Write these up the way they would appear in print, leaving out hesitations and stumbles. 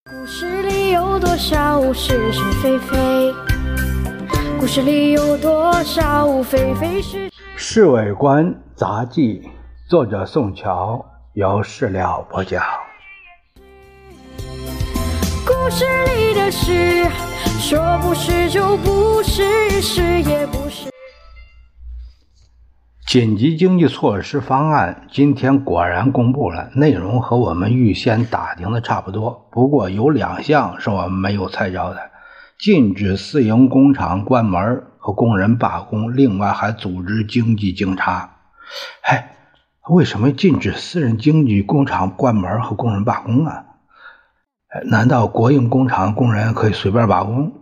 故事里有多少是是非非？故事里有多少非非是是？ 侍卫官杂记，作者宋乔，由事了播讲。 故事里的事，说不是就不是，是也不是。 紧急经济措施方案今天果然公布了，内容和我们预先打听的差不多，不过有2项是我们没有猜着的：禁止私营工厂关门和工人罢工，另外还组织经济警察。为什么禁止私人经济工厂关门和工人罢工啊？难道国营工厂工人可以随便罢工？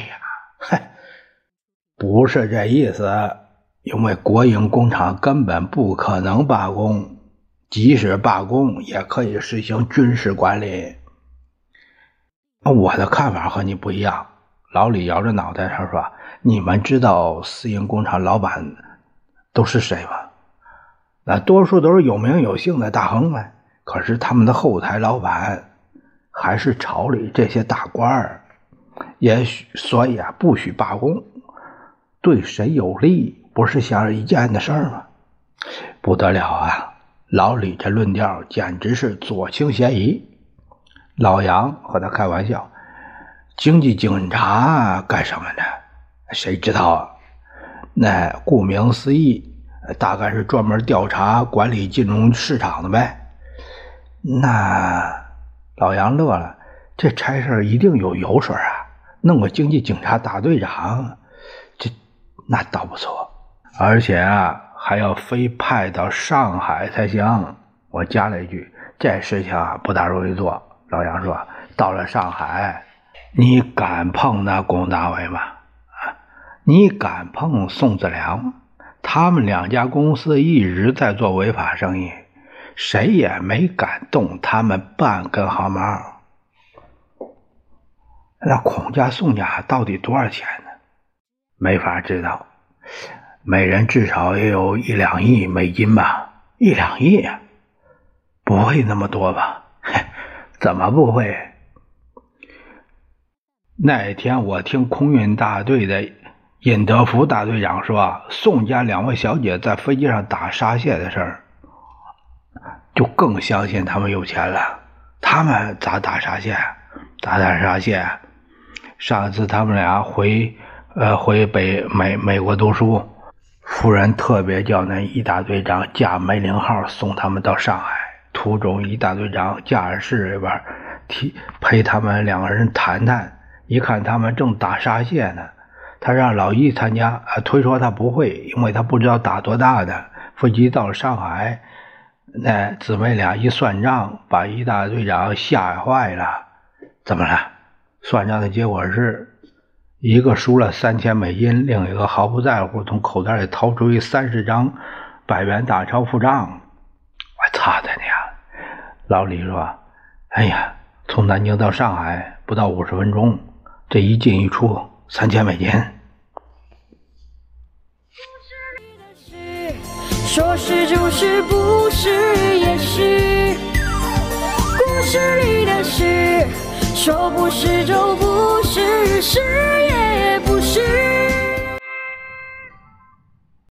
不是这意思，因为国营工厂根本不可能罢工，即使罢工也可以实行军事管理。我的看法和你不一样。老李摇着脑袋他说，你们知道私营工厂老板都是谁吗？那多数都是有名有姓的大亨们，可是他们的后台老板还是朝里这些大官儿，所以不许罢工，对谁有利不是显而易见的事儿吗？不得了啊！老李这论调简直是左倾斜移。老杨和他开玩笑，经济警察干什么呢？谁知道啊？那顾名思义，大概是专门调查管理金融市场的呗。那老杨乐了，这差事一定有油水啊，弄个经济警察大队长，那倒不错，而且还要非派到上海才行。我加了一句，这事情不大容易做。老杨说，到了上海，你敢碰那龚大伟吗？你敢碰宋子良吗？他们2家公司一直在做违法生意，谁也没敢动他们半根毫毛。那孔家宋家到底多少钱呢？没法知道，每人至少也有1-2亿美金吧。1-2亿啊？不会那么多吧？怎么不会？那天我听空运大队的尹德福大队长说，宋家2位小姐在飞机上打沙蟹的事儿，就更相信他们有钱了。他们咋打沙蟹？打沙蟹？上一次他们俩回美国读书，夫人特别叫那一大队长驾梅林号送他们到上海，途中一大队长驾驶室里边陪他们2个人谈谈，一看他们正打沙蟹呢，他让老一参加，推说他不会，因为他不知道打多大的。飞机到了上海，那姊妹俩一算账，把一大队长吓坏了。怎么了？算账的结果是，一个输了3000美金，另一个毫不在乎，从口袋里掏出30张100元大钞付账。我操他娘！老李说，从南京到上海不到50分钟，这一进一出3000美金。 说是就是，不是也是。故事里的事，说不是就不是，是也不是。